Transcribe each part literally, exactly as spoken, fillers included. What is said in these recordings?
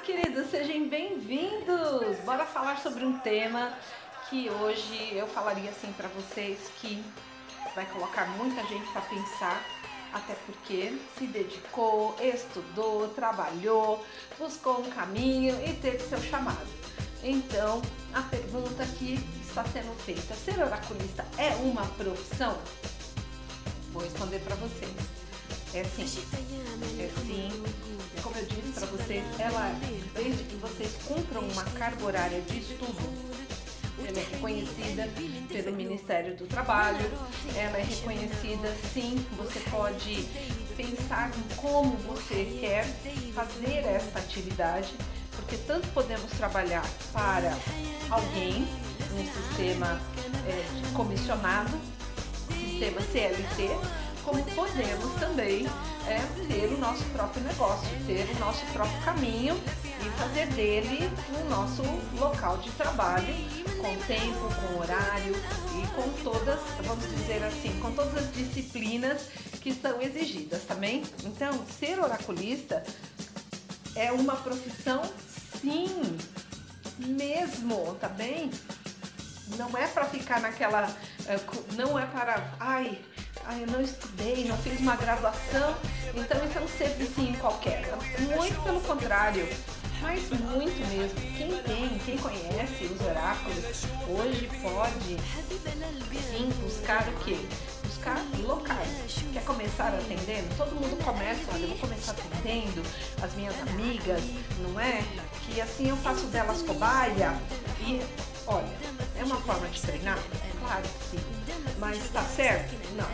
queridos, sejam bem-vindos! Bora falar sobre um tema que hoje eu falaria assim para vocês que vai colocar muita gente para pensar, até porque se dedicou, estudou, trabalhou, buscou um caminho e teve seu chamado. Então, a pergunta que está sendo feita: ser oraculista é uma profissão? Vou responder para vocês. É sim, é sim. Como eu disse para vocês, ela, desde que vocês cumpram uma carga horária de estudo, ela é reconhecida pelo Ministério do Trabalho, ela é reconhecida, sim, você pode pensar em como você quer fazer esta atividade, porque tanto podemos trabalhar para alguém, um sistema é, comissionado, sistema C L T, como podemos também é, ter o nosso próprio negócio, ter o nosso próprio caminho e fazer dele o nosso local de trabalho, com tempo, com horário e com todas, vamos dizer assim, com todas as disciplinas que são exigidas, tá bem? Então, ser oraculista é uma profissão, sim, mesmo, tá bem? Não é para ficar naquela, não é para, ai, ai, eu não estudei, não fiz uma graduação, então isso é um serviço qualquer. Muito pelo contrário, mas muito mesmo. Quem tem, quem conhece os oráculos, hoje pode, sim, buscar o quê? Buscar locais. Quer começar atendendo? Todo mundo começa, olha, eu vou começar atendendo as minhas amigas, não é? Que assim eu faço delas cobaia e, olha, é uma forma de treinar? Claro que sim. Mas tá certo? Não.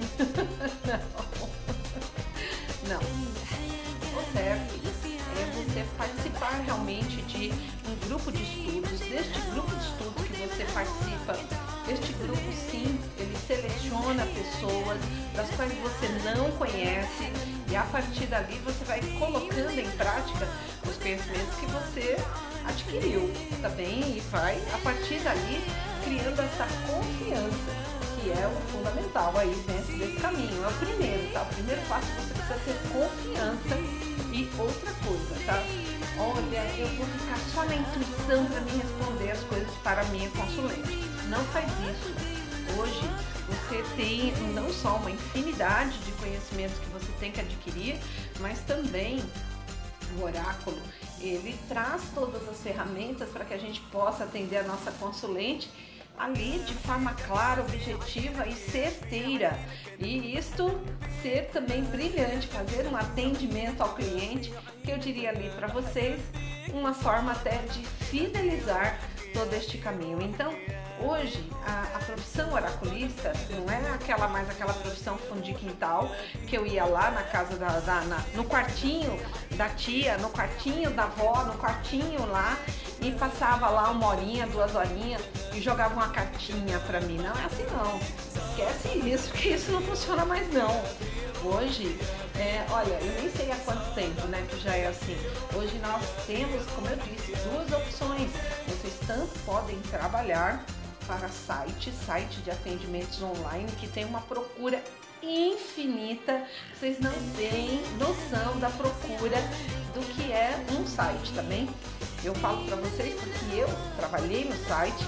Não. Não. O certo é você participar realmente de um grupo de estudos. Deste grupo de estudos que você participa, este grupo, sim, ele seleciona pessoas das quais você não conhece e a partir dali você vai colocando em prática os conhecimentos que você adquiriu, tá bem? E vai, a partir dali, criando essa confiança, que é o fundamental aí dentro desse caminho. É o primeiro, tá? O primeiro passo você precisa ter confiança. E outra coisa, tá? Olha, eu vou ficar só na intuição para me responder as coisas para a minha consulente. Não faz isso. Hoje você tem não só uma infinidade de conhecimentos que você tem que adquirir, mas também o oráculo, ele traz todas as ferramentas para que a gente possa atender a nossa consulente ali de forma clara, objetiva e certeira. E isto ser também brilhante, fazer um atendimento ao cliente, que eu diria ali para vocês, uma forma até de fidelizar todo este caminho. Então, hoje, a, a profissão oraculista não é aquela mais aquela profissão fundo de quintal, que eu ia lá na casa da, da na, no quartinho da tia, no quartinho da avó, no quartinho lá, e passava lá uma horinha, duas horinhas e jogava uma cartinha pra mim. Não é assim não. Esquece isso, que isso não funciona mais não. Hoje, é, olha, eu nem sei há quanto tempo, né, que já é assim. Hoje nós temos, como eu disse, duas opções. Vocês tanto podem trabalhar para site, site de atendimentos online, que tem uma procura infinita. Vocês não têm noção da procura do que é um site, tá bem? Eu falo para vocês porque eu trabalhei no site.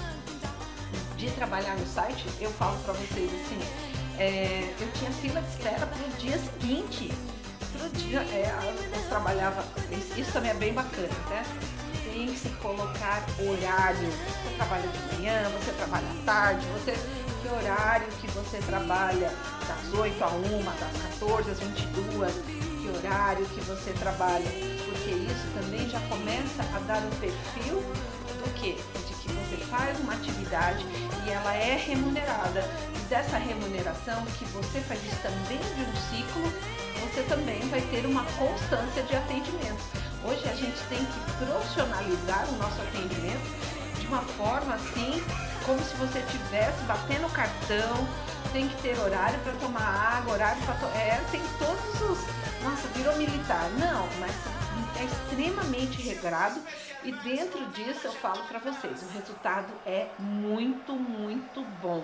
De trabalhar no site, eu falo para vocês assim, é, eu tinha fila de espera para o dia seguinte. Pro dia, é, eu trabalhava, isso também é bem bacana, né? Tem que se colocar horário. Você trabalha de manhã, você trabalha à tarde, você, que horário que você trabalha das oito a uma, das quatorze às vinte e duas, que horário que você trabalha, porque isso também já começa a dar um perfil do quê? De que você faz uma atividade e ela é remunerada. E dessa remuneração, que você faz isso também de um ciclo, você também vai ter uma constância de atendimento. Hoje a gente tem que profissionalizar o nosso atendimento de uma forma assim, como se você estivesse batendo cartão, tem que ter horário para tomar água, horário para... To é, tem todos os... Nossa, virou militar. Não, mas é extremamente regrado e dentro disso eu falo para vocês, o resultado é muito, muito bom.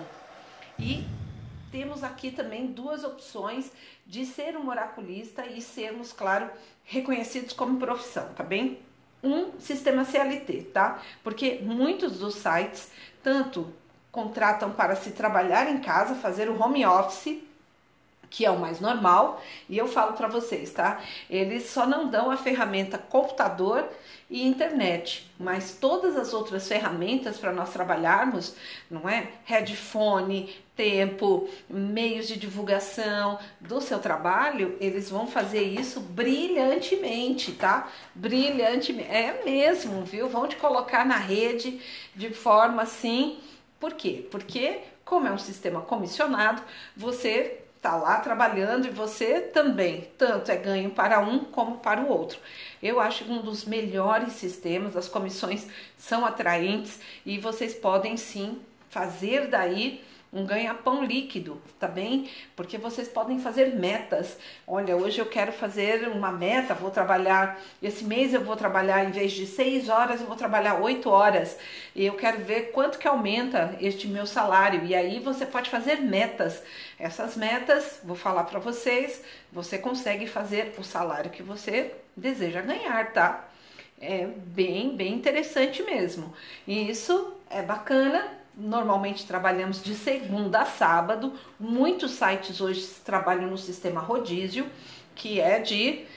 E temos aqui também duas opções de ser um oraculista e sermos, claro, reconhecidos como profissão, tá bem? um sistema C L T, tá? Porque muitos dos sites tanto contratam para se trabalhar em casa, fazer o home office, que é o mais normal, e eu falo para vocês, tá? Eles só não dão a ferramenta computador e internet, mas todas as outras ferramentas para nós trabalharmos, não é? Headphone, tempo, meios de divulgação do seu trabalho, eles vão fazer isso brilhantemente, tá? Brilhantemente, é mesmo, viu? Vão te colocar na rede de forma assim. Por quê? Porque, como é um sistema comissionado, você tá lá trabalhando e você também, tanto é ganho para um como para o outro. Eu acho um dos melhores sistemas, as comissões são atraentes e vocês podem sim fazer daí um ganha-pão líquido, tá bem? Porque vocês podem fazer metas. Olha, hoje eu quero fazer uma meta, vou trabalhar, esse mês eu vou trabalhar, em vez de seis horas, eu vou trabalhar oito horas. E eu quero ver quanto que aumenta este meu salário. E aí você pode fazer metas. Essas metas, vou falar para vocês, você consegue fazer o salário que você deseja ganhar, tá? É bem, bem interessante mesmo. E isso é bacana. Normalmente trabalhamos de segunda a sábado. Muitos sites hoje trabalham no sistema rodízio, que é de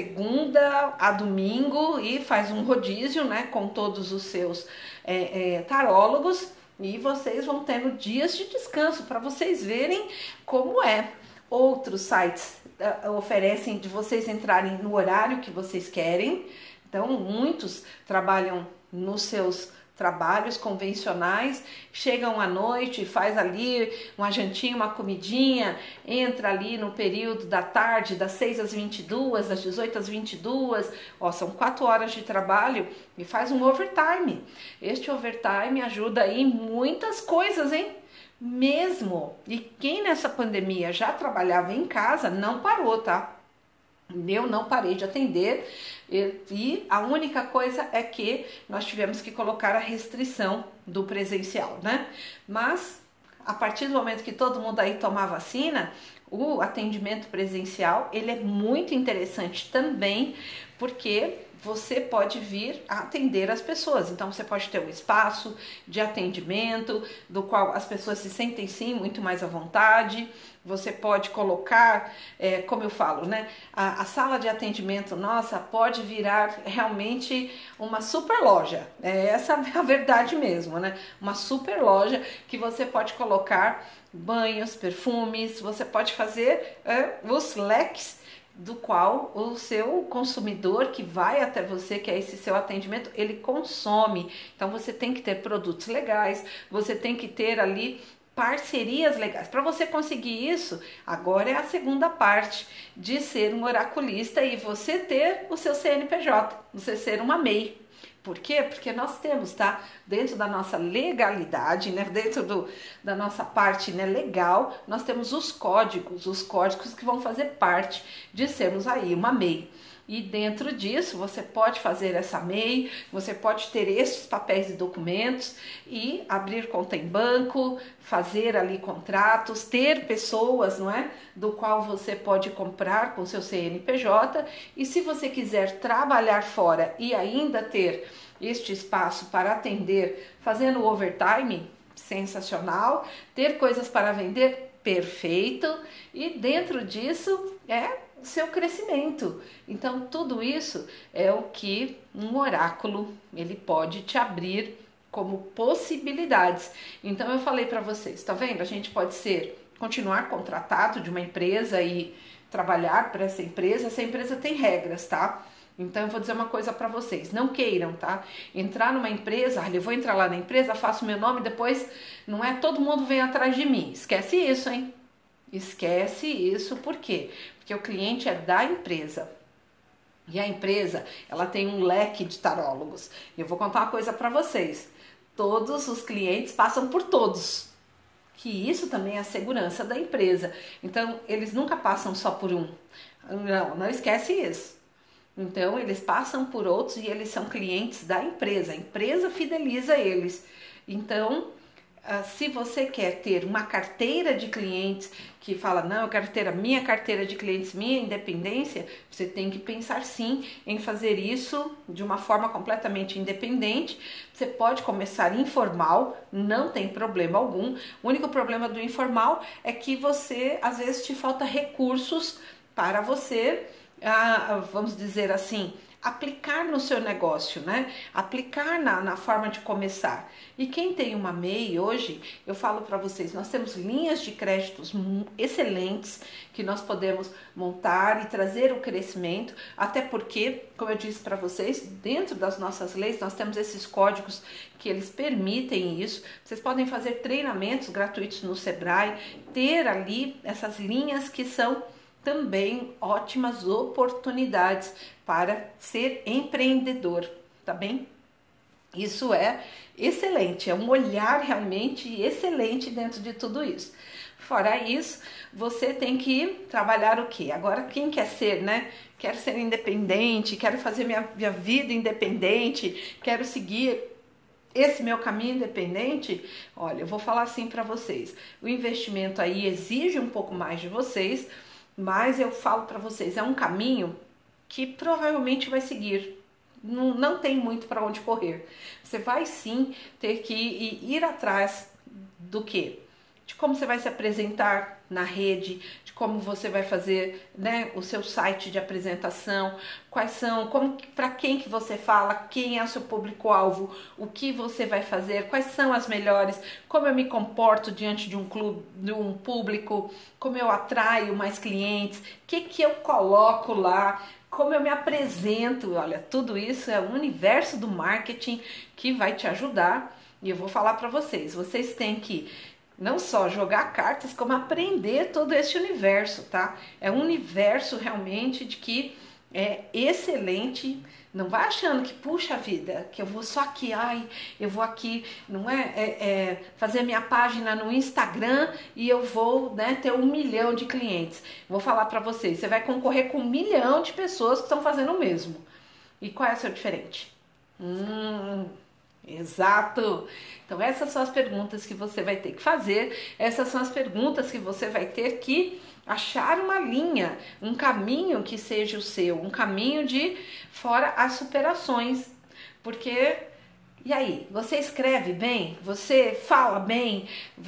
segunda a domingo e faz um rodízio, né, com todos os seus é, é, tarólogos, e vocês vão tendo dias de descanso para vocês verem como é. Outros sites uh, oferecem de vocês entrarem no horário que vocês querem. Então, muitos trabalham nos seus trabalhos convencionais, chegam à noite, faz ali uma jantinha, uma comidinha, entra ali no período da tarde, das seis às vinte e duas, das dezoito às vinte e duas, ó, são quatro horas de trabalho e faz um overtime. Este overtime ajuda aí em muitas coisas, hein? Mesmo. E quem nessa pandemia já trabalhava em casa, não parou, tá? Eu não parei de atender e a única coisa é que nós tivemos que colocar a restrição do presencial, né? Mas a partir do momento que todo mundo aí toma a vacina, o atendimento presencial, ele é muito interessante também, porque você pode vir a atender as pessoas. Então você pode ter um espaço de atendimento do qual as pessoas se sentem sim muito mais à vontade. Você pode colocar, é, como eu falo, né? A, a sala de atendimento nossa pode virar realmente uma super loja. É, essa é a verdade mesmo, né? Uma super loja que você pode colocar banhos, perfumes, você pode fazer é, os leques do qual o seu consumidor que vai até você, que é esse seu atendimento, ele consome. Então você tem que ter produtos legais, você tem que ter ali parcerias legais. Para você conseguir isso, agora é a segunda parte de ser um oraculista e você ter o seu C N P J, você ser uma M E I. Por quê? Porque nós temos, tá? Dentro da nossa legalidade, né? Dentro do, da nossa parte, né, legal, nós temos os códigos, os códigos que vão fazer parte de sermos aí uma M E I. E dentro disso, você pode fazer essa M E I, você pode ter esses papéis e documentos e abrir conta em banco, fazer ali contratos, ter pessoas, não é? Do qual você pode comprar com seu C N P J. E se você quiser trabalhar fora e ainda ter este espaço para atender, fazendo overtime, sensacional. Ter coisas para vender, perfeito. E dentro disso é o seu crescimento. Então tudo isso é o que um oráculo ele pode te abrir como possibilidades. Então eu falei para vocês, tá vendo? A gente pode ser, continuar contratado de uma empresa e trabalhar para essa empresa. Essa empresa tem regras, tá? Então eu vou dizer uma coisa para vocês, não queiram, tá? Entrar numa empresa, olha, eu vou entrar lá na empresa, faço meu nome, depois não é todo mundo vem atrás de mim. Esquece isso, hein? Esquece isso, por quê? Porque o cliente é da empresa. E a empresa, ela tem um leque de tarólogos. Eu vou contar uma coisa para vocês. Todos os clientes passam por todos. Que isso também é a segurança da empresa. Então, eles nunca passam só por um. Não, não esquece isso. Então, eles passam por outros e eles são clientes da empresa. A empresa fideliza eles. Então, Uh, se você quer ter uma carteira de clientes que fala, não, eu quero ter a minha carteira de clientes, minha independência, você tem que pensar sim em fazer isso de uma forma completamente independente. Você pode começar informal, não tem problema algum. O único problema do informal é que você, às vezes, te falta recursos para você, uh, vamos dizer assim, aplicar no seu negócio, né? Aplicar na, na forma de começar. E quem tem uma M E I hoje, eu falo para vocês, nós temos linhas de créditos excelentes que nós podemos montar e trazer o crescimento, até porque, como eu disse para vocês, dentro das nossas leis, nós temos esses códigos que eles permitem isso. Vocês podem fazer treinamentos gratuitos no Sebrae, ter ali essas linhas que são também ótimas oportunidades para ser empreendedor, tá bem? Isso é excelente, é um olhar realmente excelente dentro de tudo isso. Fora isso, você tem que trabalhar o quê? Agora, quem quer ser, né? Quero ser independente, quero fazer minha, minha vida independente, quero seguir esse meu caminho independente. Olha, eu vou falar assim para vocês, o investimento aí exige um pouco mais de vocês, mas eu falo para vocês, é um caminho que provavelmente vai seguir. Não, não tem muito para onde correr. Você vai sim ter que ir, ir atrás do quê? De como você vai se apresentar na rede, de como você vai fazer, né, o seu site de apresentação, quais são, como, para quem que você fala, quem é o seu público-alvo, o que você vai fazer, quais são as melhores, como eu me comporto diante de um clube, de um público, como eu atraio mais clientes, o que que eu coloco lá, como eu me apresento. Olha, tudo isso é o universo do marketing que vai te ajudar. E eu vou falar para vocês, vocês têm que não só jogar cartas, como aprender todo esse universo, tá? É um universo realmente de que é excelente. Não vai achando que, puxa vida, que eu vou só aqui, ai, eu vou aqui, não é, é, é fazer minha página no Instagram e eu vou, né, ter um milhão de clientes. Vou falar para vocês, você vai concorrer com um milhão de pessoas que estão fazendo o mesmo. E qual é o seu diferente? Hum... Exato! Então essas são as perguntas que você vai ter que fazer, essas são as perguntas que você vai ter que achar uma linha, um caminho que seja o seu, um caminho de fora as superações, porque e aí, você escreve bem? Você fala bem?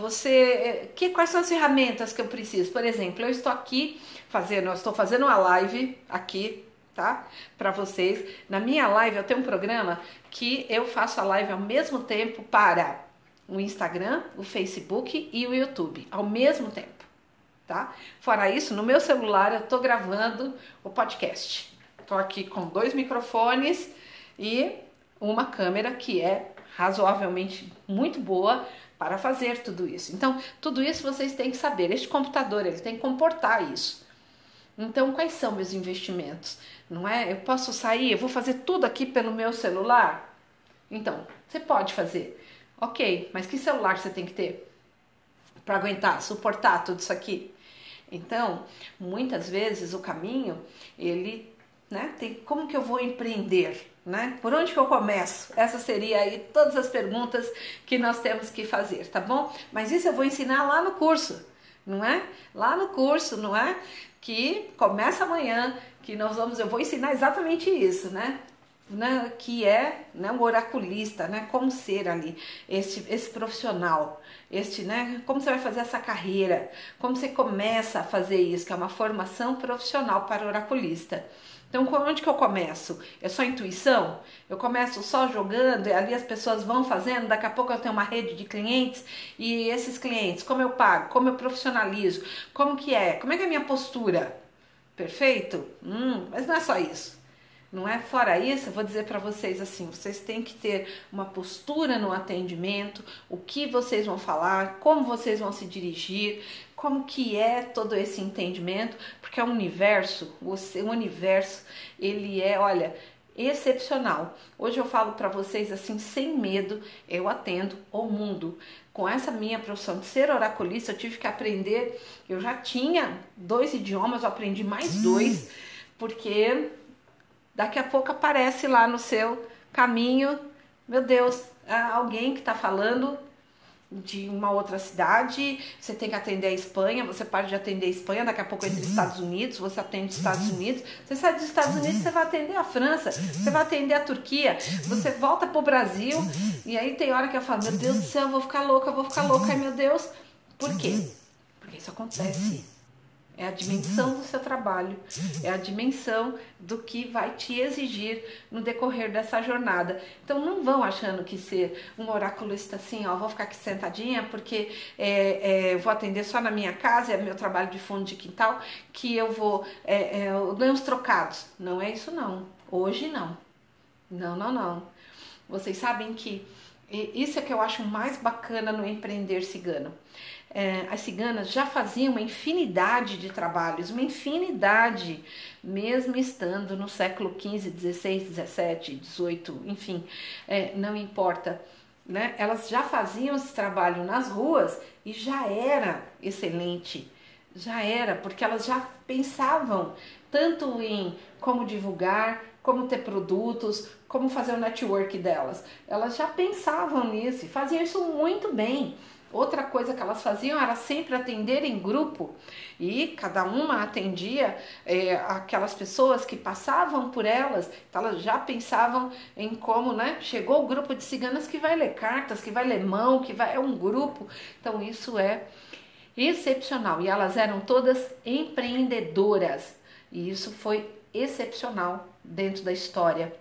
Você que quais são as ferramentas que eu preciso? Por exemplo, eu estou aqui fazendo, eu estou fazendo uma live aqui, tá? Para vocês. Na minha live eu tenho um programa que eu faço a live ao mesmo tempo para o Instagram, o Facebook e o YouTube, ao mesmo tempo, tá? Fora isso, no meu celular eu tô gravando o podcast. Tô aqui com dois microfones e uma câmera que é razoavelmente muito boa para fazer tudo isso. Então, tudo isso vocês têm que saber. Este computador, ele tem que comportar isso. Então, quais são meus investimentos? Não é? Eu posso sair, eu vou fazer tudo aqui pelo meu celular? Então, você pode fazer. Ok, mas que celular você tem que ter para aguentar, suportar tudo isso aqui? Então, muitas vezes o caminho, ele, né, tem como que eu vou empreender, né? Por onde que eu começo? Essa seria aí todas as perguntas que nós temos que fazer, tá bom? Mas isso eu vou ensinar lá no curso, não é? Lá no curso, não é? Que começa amanhã, que nós vamos, eu vou ensinar exatamente isso, né? Né, que é, né, o oraculista, né, como ser ali, esse, esse profissional, este, né, como você vai fazer essa carreira, como você começa a fazer isso, que é uma formação profissional para oraculista. Então, onde que eu começo? É só intuição? Eu começo só jogando e ali as pessoas vão fazendo, daqui a pouco eu tenho uma rede de clientes e esses clientes, como eu pago, como eu profissionalizo, como que é, como é que é a minha postura? Perfeito? Hum, mas não é só isso. Não é? Fora isso, eu vou dizer para vocês assim, vocês têm que ter uma postura no atendimento, o que vocês vão falar, como vocês vão se dirigir, como que é todo esse entendimento, porque é um universo, o universo, ele é, olha, excepcional. Hoje eu falo para vocês assim, sem medo, eu atendo o mundo. Com essa minha profissão de ser oraculista, eu tive que aprender, eu já tinha dois idiomas, eu aprendi mais dois, porque daqui a pouco aparece lá no seu caminho, meu Deus, alguém que está falando de uma outra cidade, você tem que atender a Espanha, você para de atender a Espanha, daqui a pouco entra os Estados Unidos, você atende os Estados Unidos, você sai dos Estados Unidos, você vai atender a França, você vai atender a Turquia, você volta pro Brasil, e aí tem hora que eu falo, meu Deus do céu, eu vou ficar louca, eu vou ficar louca, ai meu Deus, por quê? Porque isso acontece. É a dimensão do seu trabalho, é a dimensão do que vai te exigir no decorrer dessa jornada. Então não vão achando que ser um oraculista assim, ó, vou ficar aqui sentadinha porque é, é, vou atender só na minha casa, é meu trabalho de fundo de quintal, que eu vou é, é, eu ganho uns trocados. Não é isso não, hoje não, não, não, não. Vocês sabem que isso é que eu acho mais bacana no empreender cigano. É, as ciganas já faziam uma infinidade de trabalhos, uma infinidade, mesmo estando no século quinze, dezesseis, dezessete, dezoito, enfim, é, não importa, né? Elas já faziam esse trabalho nas ruas e já era excelente, já era, porque elas já pensavam tanto em como divulgar, como ter produtos, como fazer o network delas. Elas já pensavam nisso e faziam isso muito bem. Outra coisa que elas faziam era sempre atender em grupo e cada uma atendia é, aquelas pessoas que passavam por elas, então elas já pensavam em como, né? Chegou o grupo de ciganas que vai ler cartas, que vai ler mão, que vai, é um grupo, então isso é excepcional e elas eram todas empreendedoras e isso foi excepcional dentro da história.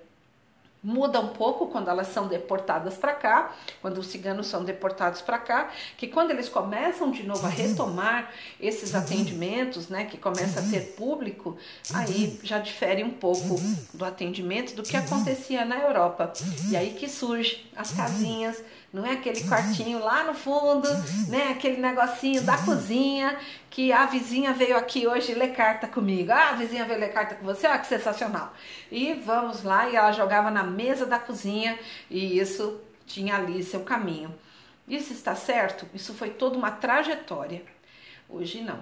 Muda um pouco quando elas são deportadas para cá, quando os ciganos são deportados para cá, que quando eles começam de novo a retomar esses atendimentos, né, que começa a ter público, aí já difere um pouco do atendimento do que acontecia na Europa. E aí que surge as casinhas, não é aquele quartinho lá no fundo, né, aquele negocinho da cozinha, que a vizinha veio aqui hoje ler carta comigo. Ah, a vizinha veio ler carta com você, olha que sensacional. E vamos lá, e ela jogava na mesa da cozinha, e isso tinha ali seu caminho. Isso está certo? Isso foi toda uma trajetória. Hoje não.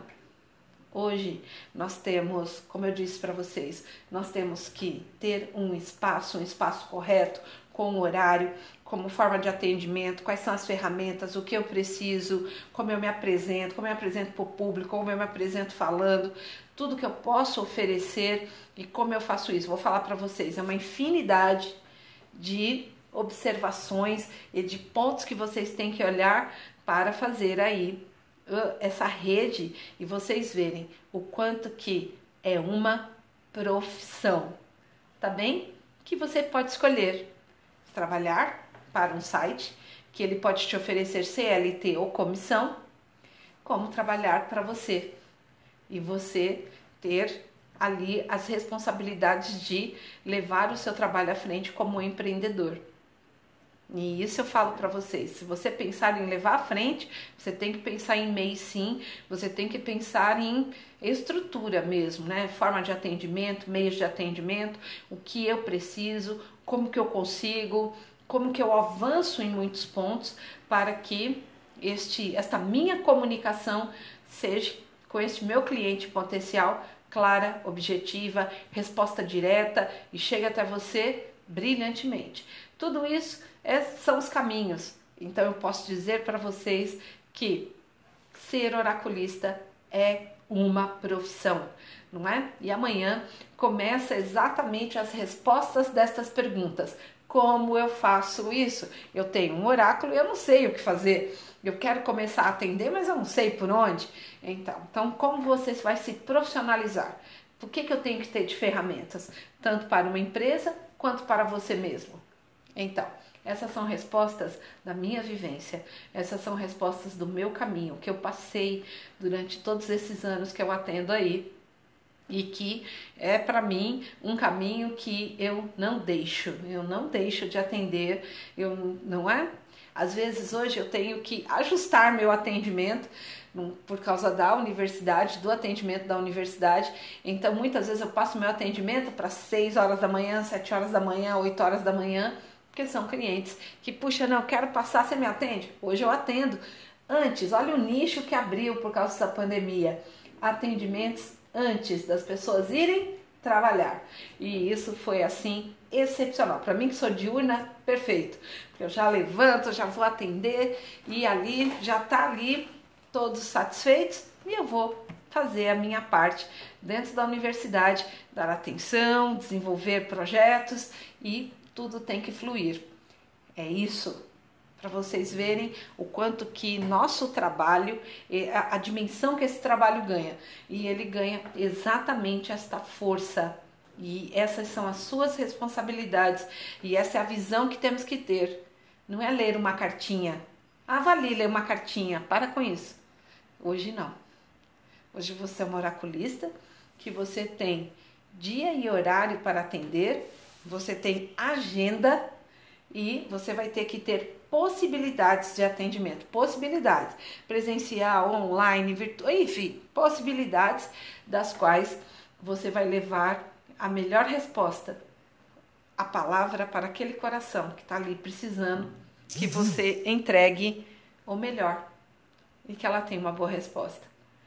Hoje nós temos, como eu disse para vocês, nós temos que ter um espaço, um espaço correto, com o horário, como forma de atendimento, quais são as ferramentas, o que eu preciso, como eu me apresento, como eu me apresento para o público, como eu me apresento falando, tudo que eu posso oferecer e como eu faço isso. Vou falar para vocês, é uma infinidade de observações e de pontos que vocês têm que olhar para fazer aí uh, essa rede e vocês verem o quanto que é uma profissão, tá bem? Que você pode escolher trabalhar para um site que ele pode te oferecer C L T ou comissão, como trabalhar para você e você ter ali as responsabilidades de levar o seu trabalho à frente como um empreendedor. E isso eu falo para vocês, se você pensar em levar à frente, você tem que pensar em MEI sim, você tem que pensar em estrutura mesmo, né? Forma de atendimento, meios de atendimento, o que eu preciso, como que eu consigo, como que eu avanço em muitos pontos para que este, esta minha comunicação seja com este meu cliente potencial clara, objetiva, resposta direta e chegue até você brilhantemente. Tudo isso é, são os caminhos. Então eu posso dizer para vocês que ser oraculista é uma profissão, não é? E amanhã começa exatamente as respostas destas perguntas. Como eu faço isso? Eu tenho um oráculo e eu não sei o que fazer. Eu quero começar a atender, mas eu não sei por onde. Então, então como você vai se profissionalizar? O que, que eu tenho que ter de ferramentas? Tanto para uma empresa quanto para você mesmo. Então, essas são respostas da minha vivência, essas são respostas do meu caminho, que eu passei durante todos esses anos que eu atendo aí e que é para mim um caminho que eu não deixo, eu não deixo de atender, eu não é? Às vezes hoje eu tenho que ajustar meu atendimento por causa da universidade, do atendimento da universidade, então muitas vezes eu passo meu atendimento para seis horas da manhã, sete horas da manhã, oito horas da manhã, porque são clientes que, puxa, não, quero passar, você me atende? Hoje eu atendo. Antes, olha o nicho que abriu por causa dessa pandemia. Atendimentos antes das pessoas irem trabalhar. E isso foi assim excepcional. Para mim que sou diurna, perfeito. Porque eu já levanto, já vou atender e ali já tá ali todos satisfeitos e eu vou fazer a minha parte dentro da universidade, dar atenção, desenvolver projetos e tudo tem que fluir. É isso, para vocês verem o quanto que nosso trabalho, a, a dimensão que esse trabalho ganha. E ele ganha exatamente esta força. E essas são as suas responsabilidades. E essa é a visão que temos que ter. Não é ler uma cartinha. Ah, vale ler uma cartinha. Para com isso. Hoje não. Hoje você é uma oraculista, que você tem dia e horário para atender, você tem agenda e você vai ter que ter possibilidades de atendimento. Possibilidades. Presencial, online, virtual, enfim, possibilidades das quais você vai levar a melhor resposta, a palavra para aquele coração que está ali precisando que você entregue o melhor e que ela tenha uma boa resposta.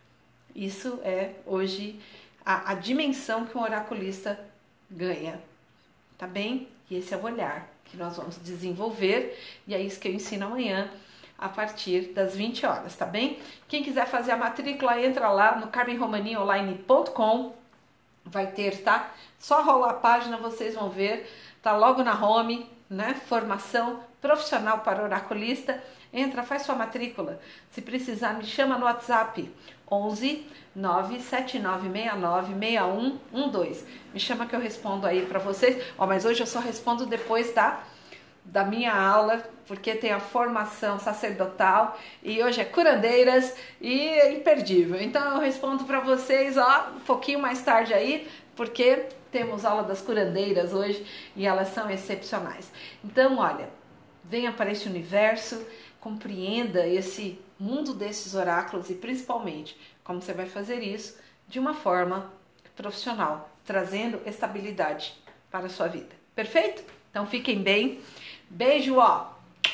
Isso é hoje a, a dimensão que um oraculista ganha, tá bem? E esse é o olhar que nós vamos desenvolver e é isso que eu ensino amanhã a partir das vinte horas, tá bem? Quem quiser fazer a matrícula, entra lá no carmen romani online ponto com. Vai ter, tá? Só rolar a página, vocês vão ver. Tá logo na home, né? Formação profissional para oraculista. Entra, faz sua matrícula. Se precisar, me chama no WhatsApp. onze nove sete nove seis nove seis um um dois. Me chama que eu respondo aí para vocês. Ó, mas hoje eu só respondo depois da, da minha aula, porque tem a formação sacerdotal e hoje é curandeiras e é imperdível. Então eu respondo para vocês, ó, um pouquinho mais tarde aí, porque temos aula das curandeiras hoje e elas são excepcionais. Então, olha, venha para esse universo, compreenda esse mundo desses oráculos e principalmente como você vai fazer isso de uma forma profissional, trazendo estabilidade para a sua vida. Perfeito? Então fiquem bem. Beijo, ó,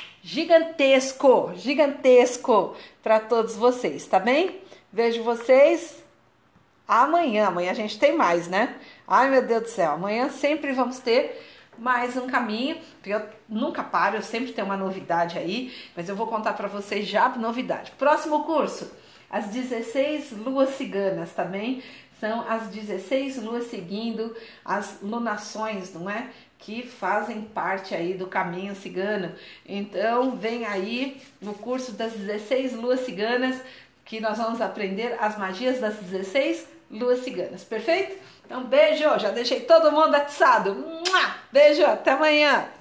gigantesco, gigantesco para todos vocês, tá bem? Vejo vocês amanhã. Amanhã a gente tem mais, né? Ai, meu Deus do céu, amanhã sempre vamos ter mais um caminho, porque eu nunca paro, eu sempre tenho uma novidade aí, mas eu vou contar para vocês já a novidade. Próximo curso, as dezesseis luas ciganas, tá bem? São as dezesseis luas seguindo as lunações, não é? Que fazem parte aí do caminho cigano. Então, vem aí no curso das dezesseis luas ciganas, que nós vamos aprender as magias das dezesseis luas ciganas, perfeito? Então, beijo, já deixei todo mundo atiçado. Beijo, até amanhã!